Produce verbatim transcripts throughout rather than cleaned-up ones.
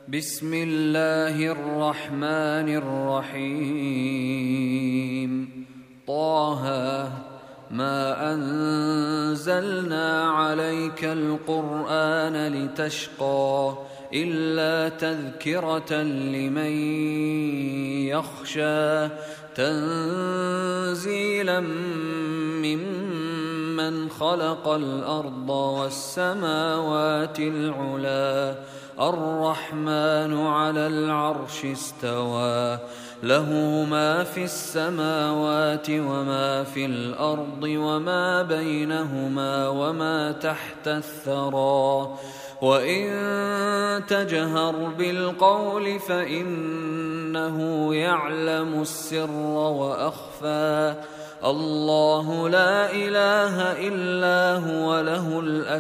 بسم الله الرحمن الرحيم. طه ما أنزلنا عليك القرآن لتشقى إلا تذكرة لمن يخشى تنزيلا ممن خلق الأرض والسماوات العلى الرحمن على العرش استوى له ما في السماوات وما في الأرض وما بينهما وما تحت الثرى وإن تجهر بالقول فإنه يعلم السر وأخفى الله لا إله إلا هو له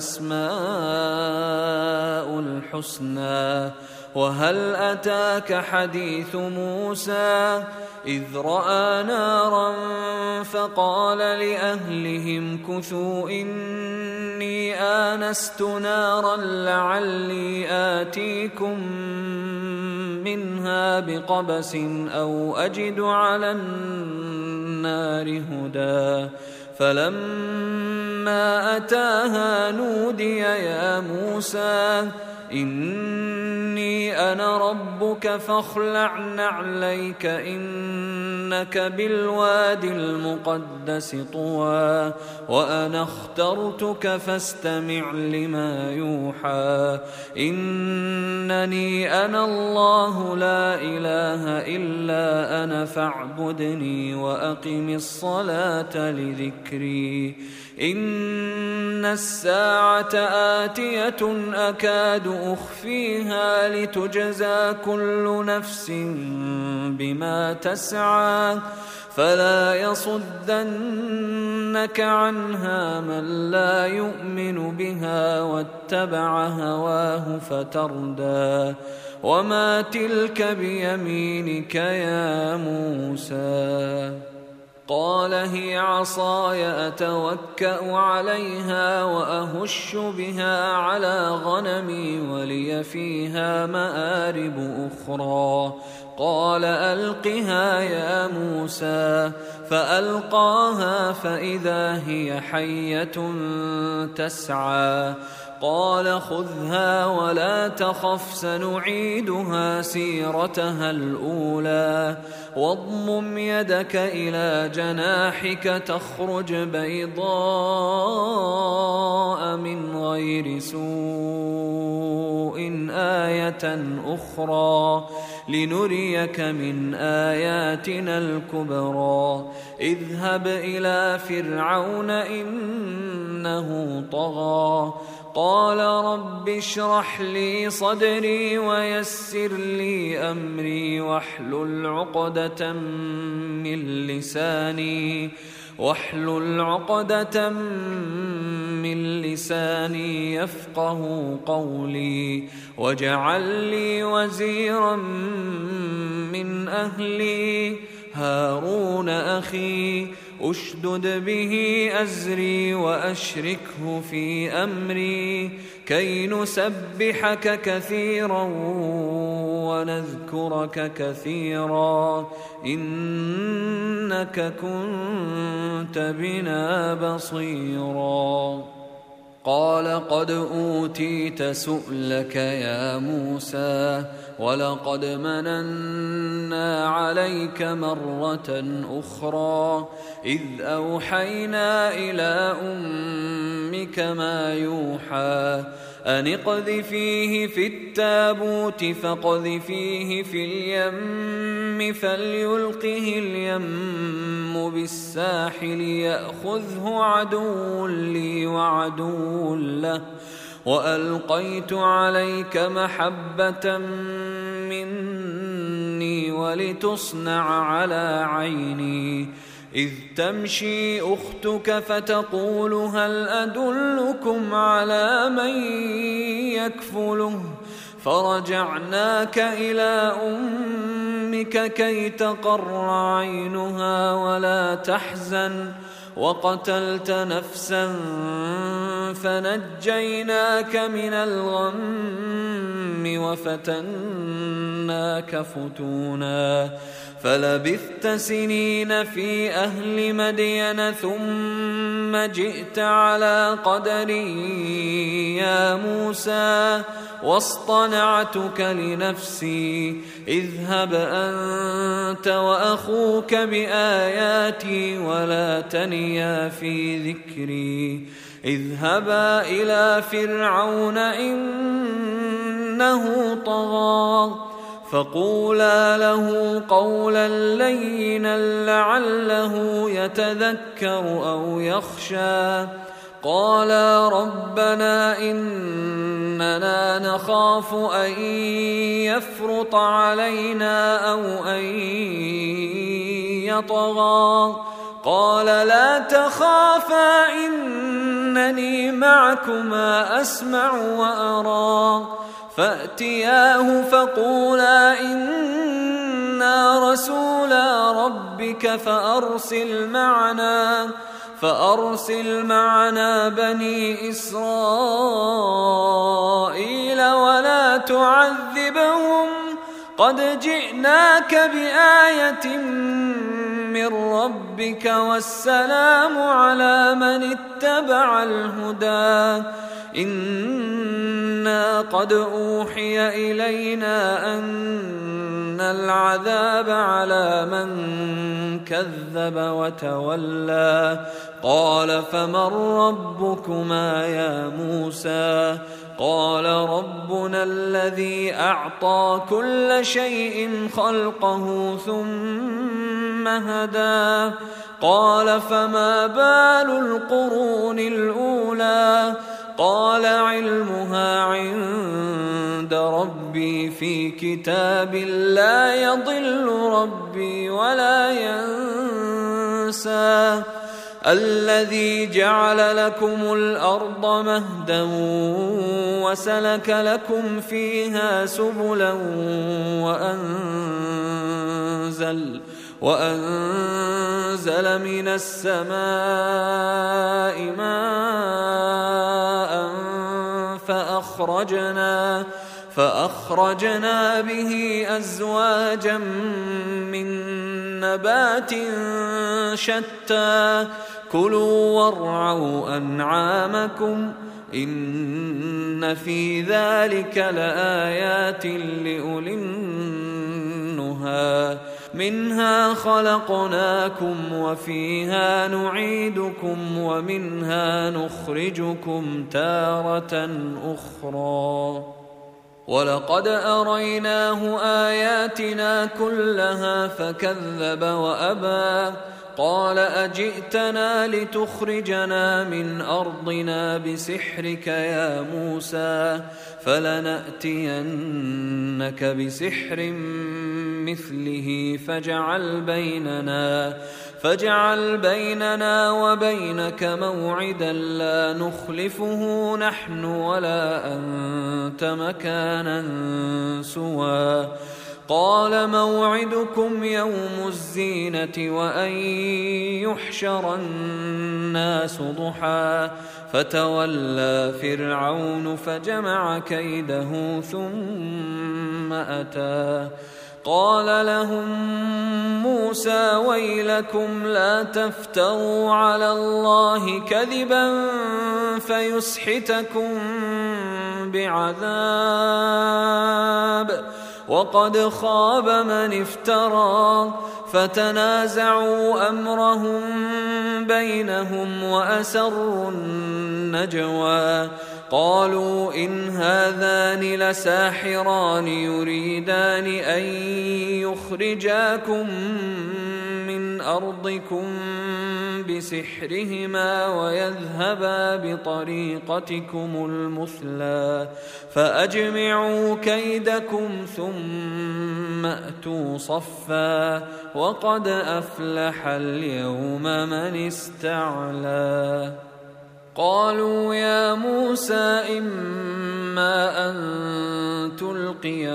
الأسماء الحسنى. وهل أتاك حديث موسى إذ رأى نارا فقال لأهلهم كثوا إني آنست نارا لعلي آتيكم منها بقبس أو أجد على النار هدى فلما أتاها نودي يا موسى إني أنا ربك فاخلع نعليك إنك بالواد المقدس طوى وأنا اخترتك فاستمع لما يوحى إنني أنا الله لا إله إلا أنا فاعبدني وأقم الصلاة لذكري إن الساعة آتية أكاد أخفيها لتجزى كل نفس بما تسعى فلا يصدنك عنها من لا يؤمن بها واتبع هواه فتردى وما تلك بيمينك يا موسى قال هي عصاي أتوكأ عليها وأهش بها على غنمي ولي فيها مآرب أخرى قال ألقها يا موسى فألقاها فإذا هي حية تسعى قال خذها ولا تخف سنعيدها سيرتها الأولى واضمم يدك إلى جناحك تخرج بيضاء من غير سوء آية أخرى لنريك من آياتنا الكبرى اذهب إلى فرعون إنه طغى قال رب اشرح لي صدري ويسر لي أمري واحلل عقدة من لساني واحلل عقدة من لساني يفقه قولي واجعل لي وزيرا من أهلي هارون أخي أشدد به أزري وأشركه في أمري كي نسبحك كثيرا ونذكرك كثيرا إنك كنت بنا بصيرا قال قد أوتيت سؤلك يا موسى ولقد مننا عليك مرة أخرى إذ أوحينا إلى أمك ما يوحى أن اقذفيه في التابوت فاقذفيه في اليم فليلقه اليم بالساحل يأخذه عدو لي وعدو له وألقيت عليك محبة مني ولتصنع على عيني إذ تمشي أختك فتقول هل أدلكم على من يكفله فرجعناك إلى أمك كي تقر عينها ولا تحزن وقتلت نفسا فنجيناك من الغم وفتناك فتونا فلبثت سنين في أهل مدين ثم جئت على قدري يا موسى واصطنعتك لنفسي اذهب أنت وأخوك بآياتي ولا تنيا في ذكري اذهبا إلى فرعون إنه طغى فقولا له قولا لينا لعله يتذكر أو يخشى قالا ربنا إننا نخاف أن يفرط علينا أو أن يطغى قال لا تخافا إنني معكما أسمع وأرى فأتياه فقولا إنا رسولا ربك فأرسل معنا فأرسل معنا بني إسرائيل ولا تعذبهم قد جئناك بآية من ربك والسلام على من اتبع الهدى إنا قد أوحي إلينا أن العذاب على من كذب وتولى قال فمن ربكما يا موسى قال ربنا الذي أعطى كل شيء خلقه ثم هدى قال فما بال القرون الأولى قال علمها عند ربي في كتاب لا يضل ربي ولا ينسى الذي جعل لكم الأرض مهدا وسلك لكم فيها سبلا وأنزل وأنزل من السماء ماء فأخرجنا فأخرجنا به أزواجا من نبات شتى كلوا وارعوا أنعامكم إن في ذلك لآيات لأولي النهى منها خلقناكم وفيها نعيدكم ومنها نخرجكم تارة أخرى ولقد أريناه آياتنا كلها فكذب وأبى قال أجئتنا لتخرجنا من أرضنا بسحرك يا موسى فلنأتينك بسحر مثله فاجعل بيننا فاجعل بيننا وبينك موعدا لا نخلفه نحن ولا أنت مكانا سوى قال موعدكم يوم الزينة وأن يحشر الناس ضحى فتولى فرعون فجمع كيده ثم أتى قال لهم موسى ويلكم لا تفتروا على الله كذبا فيسحتكم بعذاب وقد خاب من افترى فتنازعوا أمرهم بينهم وأسروا النجوى قالوا إن هذان لساحران يريدان أن يخرجاكم من أرضكم بسحرهما ويذهبا بطريقتكم المثلى فأجمعوا كيدكم ثم أتوا صفا وقد أفلح اليوم من استعلى قالوا يا موسى إما أن تلقي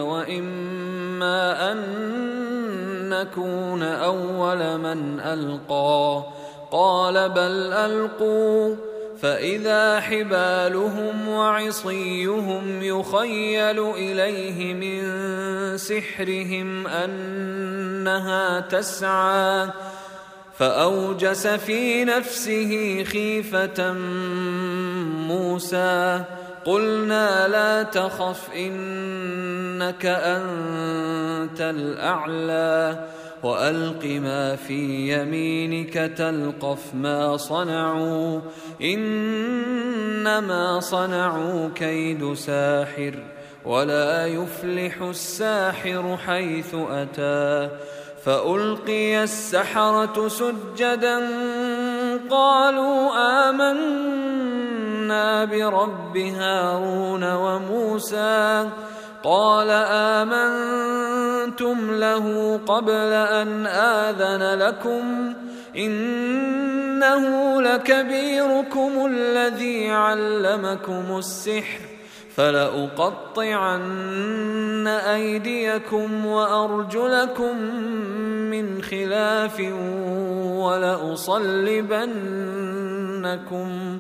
وإما أن نكون أول من ألقى قال بل ألقوا فإذا حبالهم وعصيهم يخيل إليه من سحرهم أنها تسعى فأوجس في نفسه خيفة موسى قلنا لا تخف إنك أنت الأعلى وألق ما في يمينك تلقف ما صنعوا إنما صنعوا كيد ساحر ولا يفلح الساحر حيث أتى فألقي السحرة سجدا قالوا آمنا برب هارون وموسى قال آمنتم له قبل أن آذن لكم إنه لكبيركم الذي علمكم السحر فلأقطعن أيديكم وأرجلكم من خلاف ولأصلبنكم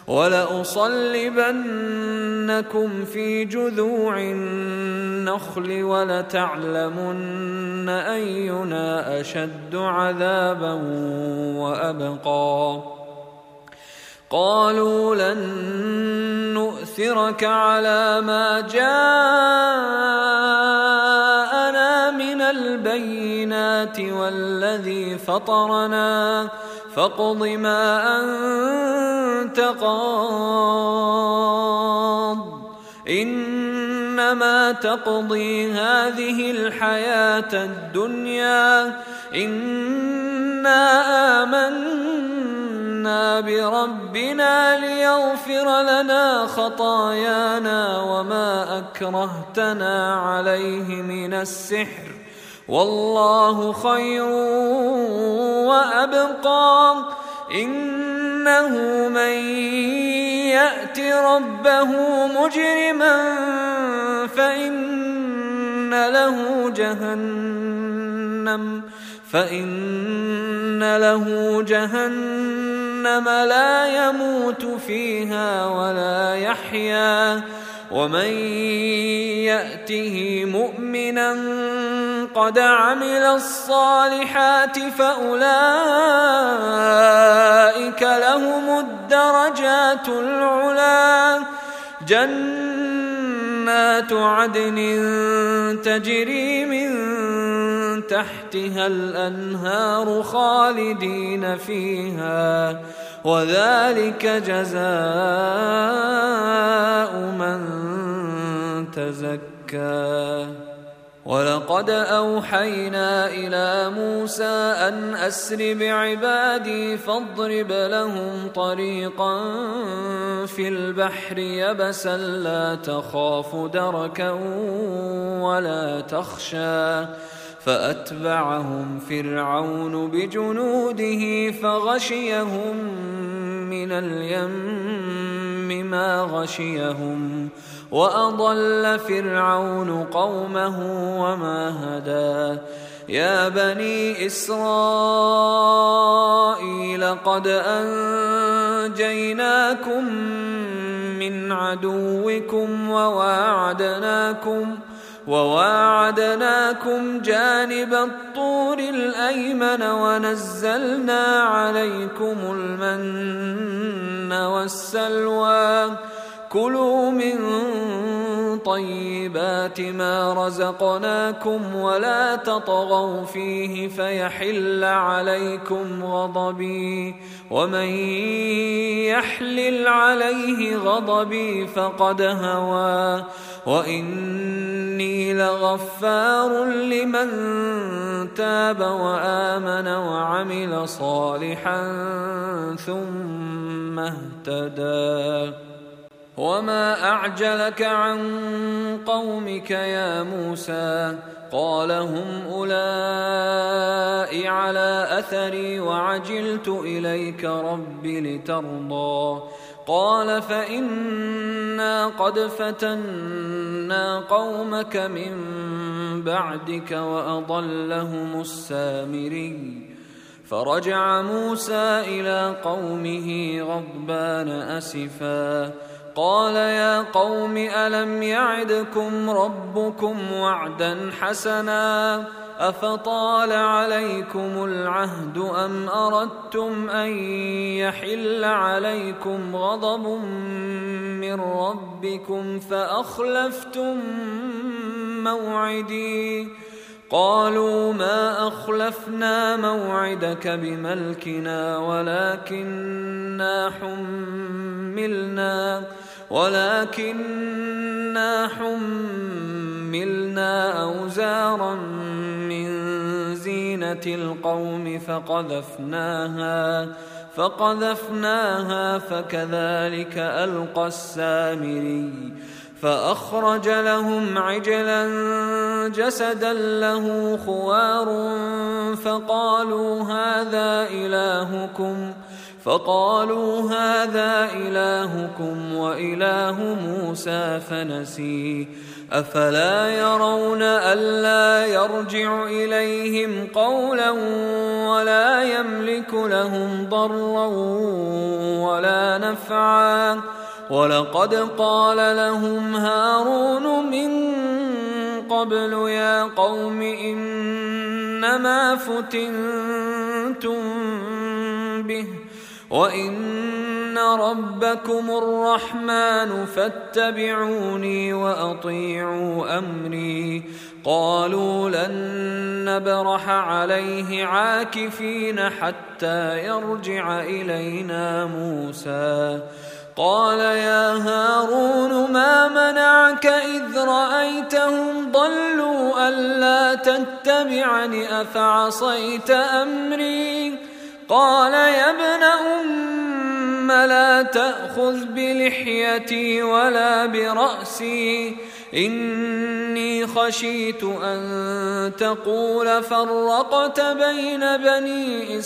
ولأصلبنكم في جذوع النخل ولتعلمن أينا أشد عذابا وأبقى قالوا لن نؤثرك على ما جاءنا من البينات والذي فطرنا فاقض ما أنت قاض إنما تقضي هذه الحياة الدنيا إنا آمنا بربنا ليغفر لنا خطايانا وما أكرهتنا عليه من السحر والله خير وأبقى إنه من يأت ربه مجرما فإن له جهنم فإن له جهنم لا يموت فيها ولا يحيا ومن يأته مؤمنا قد عمل الصالحات فأولئك لهم الدرجات العلى جنات عدن تجري من تحتها الأنهار خالدين فيها وذلك جزاء من تزكى ولقد أوحينا إلى موسى أن أسر بعبادي فاضرب لهم طريقا في البحر يبسا لا تخاف دركا ولا تخشى فأتبعهم فرعون بجنوده فغشيهم من اليم ما غشيهم وأضل فرعون قومه وما هدى يا بني إسرائيل قد أنجيناكم من عدوكم وواعدناكم وواعدناكم جانب الطور الأيمن ونزلنا عليكم المن والسلوى كلوا من طيبات ما رزقناكم ولا تطغوا فيه فيحل عليكم غضبي ومن يحلل عليه غضبي فقد هوى وإني لغفار لمن تاب وآمن وعمل صالحا ثم اهتدى وما أعجلك عن قومك يا موسى قال هم أولئك على أثري وعجلت إليك رب لترضى قال فإنا قد فتنا قومك من بعدك وأضلهم السامري فرجع موسى إلى قومه غضبان أسفا قال يا قوم ألم يعدكم ربكم وعدا حسنا أفطال عليكم العهد أم أردتم أن يحل عليكم غضب من ربكم فأخلفتم موعدي قالوا ما أخلفنا موعدك بملكنا ولكننا حملنا ولكننا حملنا أوزارا من زينة القوم فقذفناها فقذفناها فكذلك ألقى السامري فأخرج لهم عجلا جسدا له خوار فقالوا هذا إلهكم فقالوا هذا إلهكم وإله موسى فنسي أفلا يرون ألا يرجع إليهم قولا ولا يملك لهم ضرا ولا نفعا ولقد قال لهم هارون من قبل يا قوم إنما فتنتم به وإن ربكم الرحمن فاتبعوني وأطيعوا أمري قالوا لن نبرح عليه عاكفين حتى يرجع إلينا موسى قال يا هارون ما منعك إذ رأيتهم ضلوا ألا تتبعني أفعصيت أمري قال يا ابن أم لا تأخذ بلحيتي ولا برأسي إني خشيت أن تقول فرقت بين بني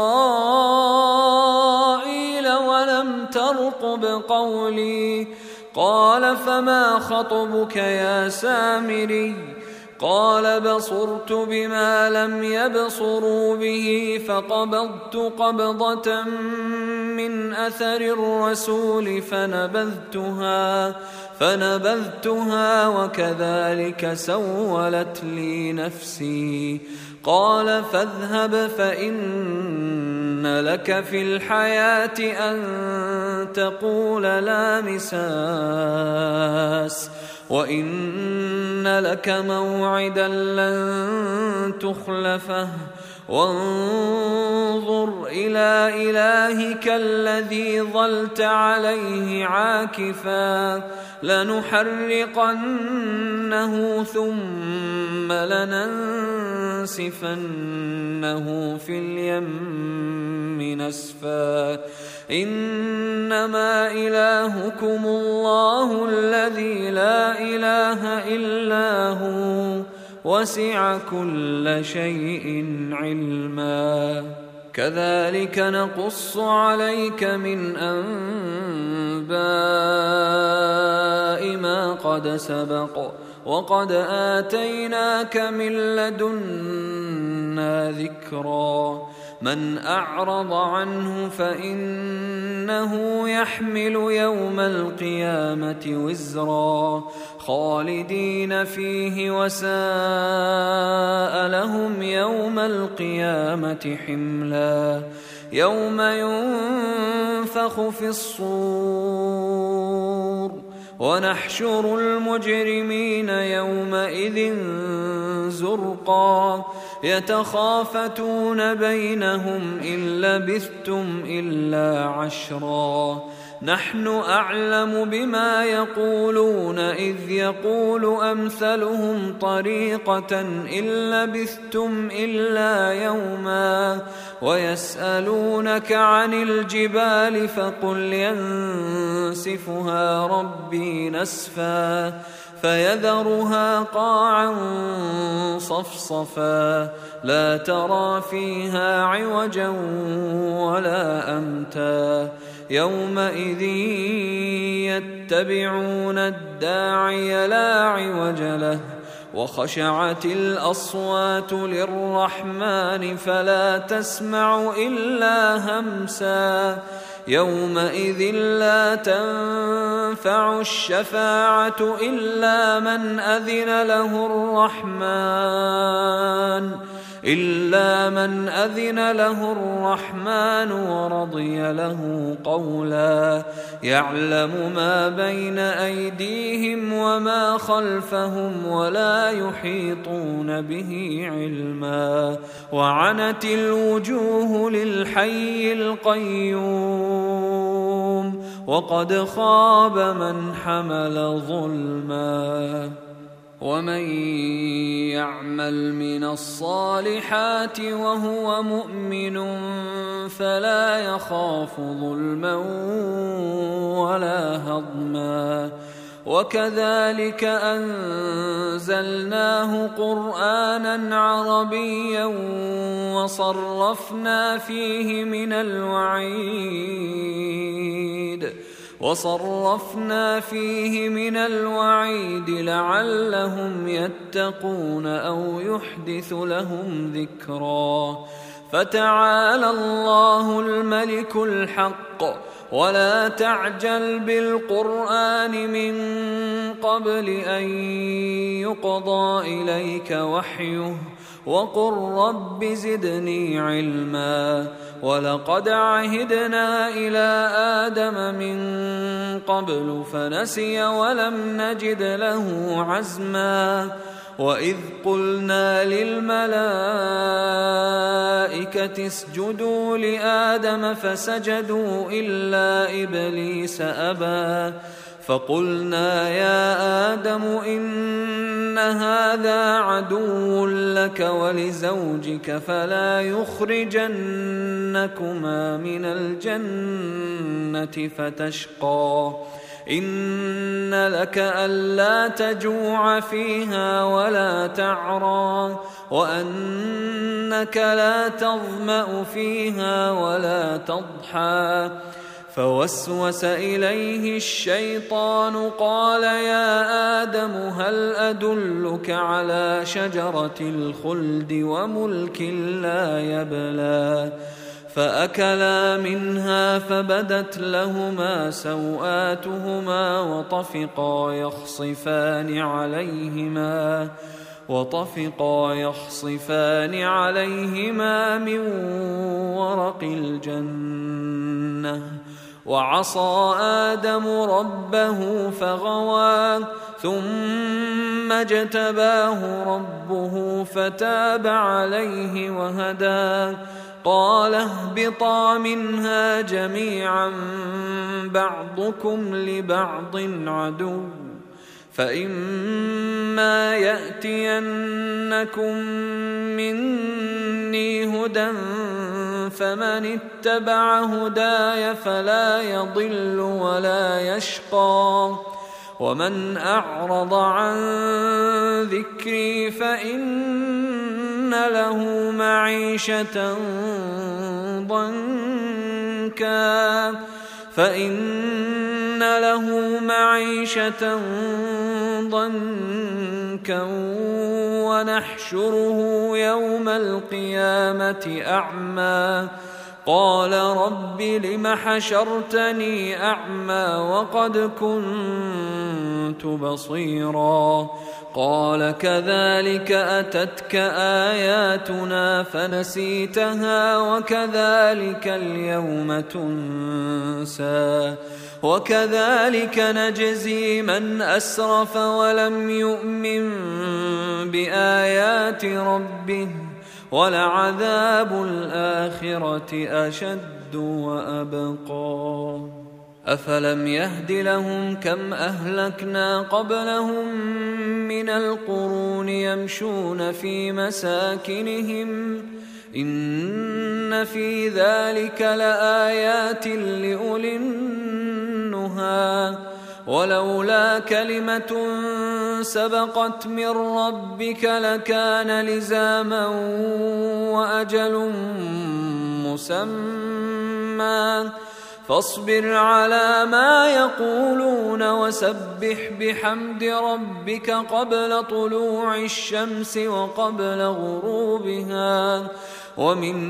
إسرائيل ولم ترقب قولي قال فما خطبك يا سامري قال بصرت بما لم يبصروا به فقبضت قبضة من أثر الرسول فنبذتها فنبذتها وكذلك سولت لي نفسي قال فاذهب فإن لك في الحياة أن تقول لا مساس وإن لك موعدا لن تخلفه وانظر إلى إلهك الذي ظلت عليه عاكفا لنحرقنه ثم لننسفنه في اليم نسفا إنما إلهكم الله الذي لا إله إلا هو وسع كل شيء علما كذلك نقص عليك من أنباء ما قد سبق وقد آتيناك من لدنا ذكرا من أعرض عنه فإنه يحمل يوم القيامة وزرا خالدين فيه وساء لهم يوم القيامة حملا يوم ينفخ في الصور ونحشر المجرمين يومئذ زرقا يتخافتون بينهم إن لبثتم إلا عشرا نحن أعلم بما يقولون إذ يقول أمثلهم طريقة إن لبثتم إلا يوما ويسألونك عن الجبال فقل ينسفها ربي نسفا فيذرها قاعا صفصفا لا ترى فيها عوجا ولا أمتا يومئذ يتبعون الداعي لا عوج له وخشعت الأصوات للرحمن فلا تسمع إلا همسا يومئذ لا تنفع الشفاعة إلا من أذن له الرحمن إلا من أذن له الرحمن ورضي له قولا يعلم ما بين أيديهم وما خلفهم ولا يحيطون به علما وعنت الوجوه للحي القيوم وقد خاب من حمل ظلما ومن يعمل من الصالحات وهو مؤمن فلا يخاف ظلما ولا هضما وكذلك أنزلناه قرآنا عربيا وصرفنا فيه من الوعيد وصرفنا فيه من الوعيد لعلهم يتقون أو يحدث لهم ذكرا فتعالى الله الملك الحق ولا تعجل بالقرآن من قبل أن يقضى إليك وحيه وقل رب زدني علما ولقد عهدنا إلى آدم من قبل فنسي ولم نجد له عزما وإذ قلنا للملائكة اسجدوا لآدم فسجدوا إلا إبليس أبى فقلنا يا آدم إن هذا عدو لك ولزوجك فلا يخرجنكما من الجنة فتشقى إن لك ألا تجوع فيها ولا تعرى وأنك لا تظمأ فيها ولا تضحى فوسوس إليه الشيطان قال يا آدم هل أدلك على شجرة الخلد وملك لا يبلى فأكلا منها فبدت لهما سوآتهما وطفقا يخصفان عليهما وطفقا يخصفان عليهما من ورق الجنة وعصى آدم ربه فغوى ثم اجتباه ربه فتاب عليه وهدى قال اهبطا منها جميعا بعضكم لبعض عدو فإما يأتينكم مني هدى فمن اتبع هداي فلا يضل ولا يشقى ومن أعرض عن ذكري فإن له معيشة ضنكا فإن له معيشة ضنكا ونحشره يوم القيامة أعمى قال رب لم حشرتني أعمى وقد كنت بصيرا قال كذلك أتتك آياتنا فنسيتها وكذلك اليوم تنسى وكذلك نجزي من أسرف ولم يؤمن بآيات ربه ولعذاب الآخرة أشد وأبقى أفلم يهد لهم كم أهلكنا قبلهم من القرون يمشون في مساكنهم إن في ذلك لآيات لأولي النهى ولولا كلمة سبقت من ربك لكان لزاما وأجل مسمى فاصبر على ما يقولون وسبح بحمد ربك قبل طلوع الشمس وقبل غروبها ومن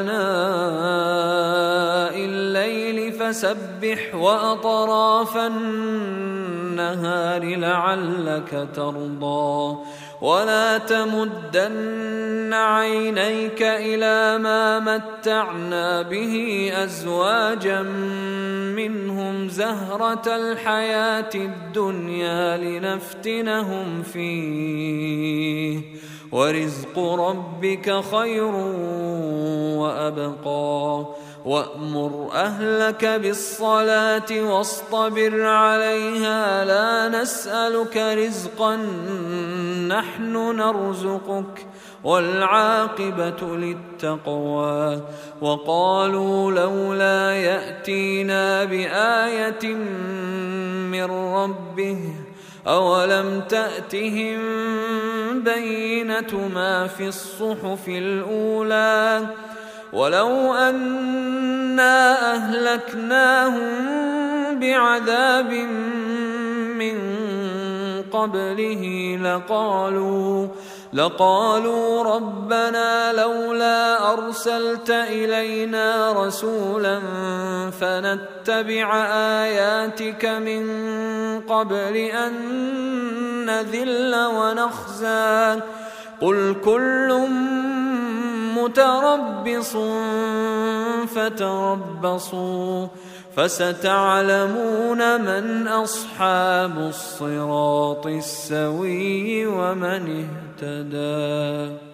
آناء الليل فسبح وأطراف النهار لعلك ترضى ولا تمدن عينيك إلى ما متعنا به أزواجا منهم زهرة الحياة الدنيا لنفتنهم فيه ورزق ربك خير وأبقى وأمر أهلك بالصلاة واصطبر عليها لا نسألك رزقا نحن نرزقك والعاقبة للتقوى وقالوا لولا يأتينا بآية من ربه أولم تأتهم بينة ما في الصحف الأولى ولو أنا أهلكناهم بعذاب من قبله لقالوا لقالوا ربنا لولا أرسلت إلينا رسولا فنتبع آياتك من قبل أن نذل ونخزى قل كل متربص فتربصوا فستعلمون من أصحاب الصراط السوي ومن اهتدى.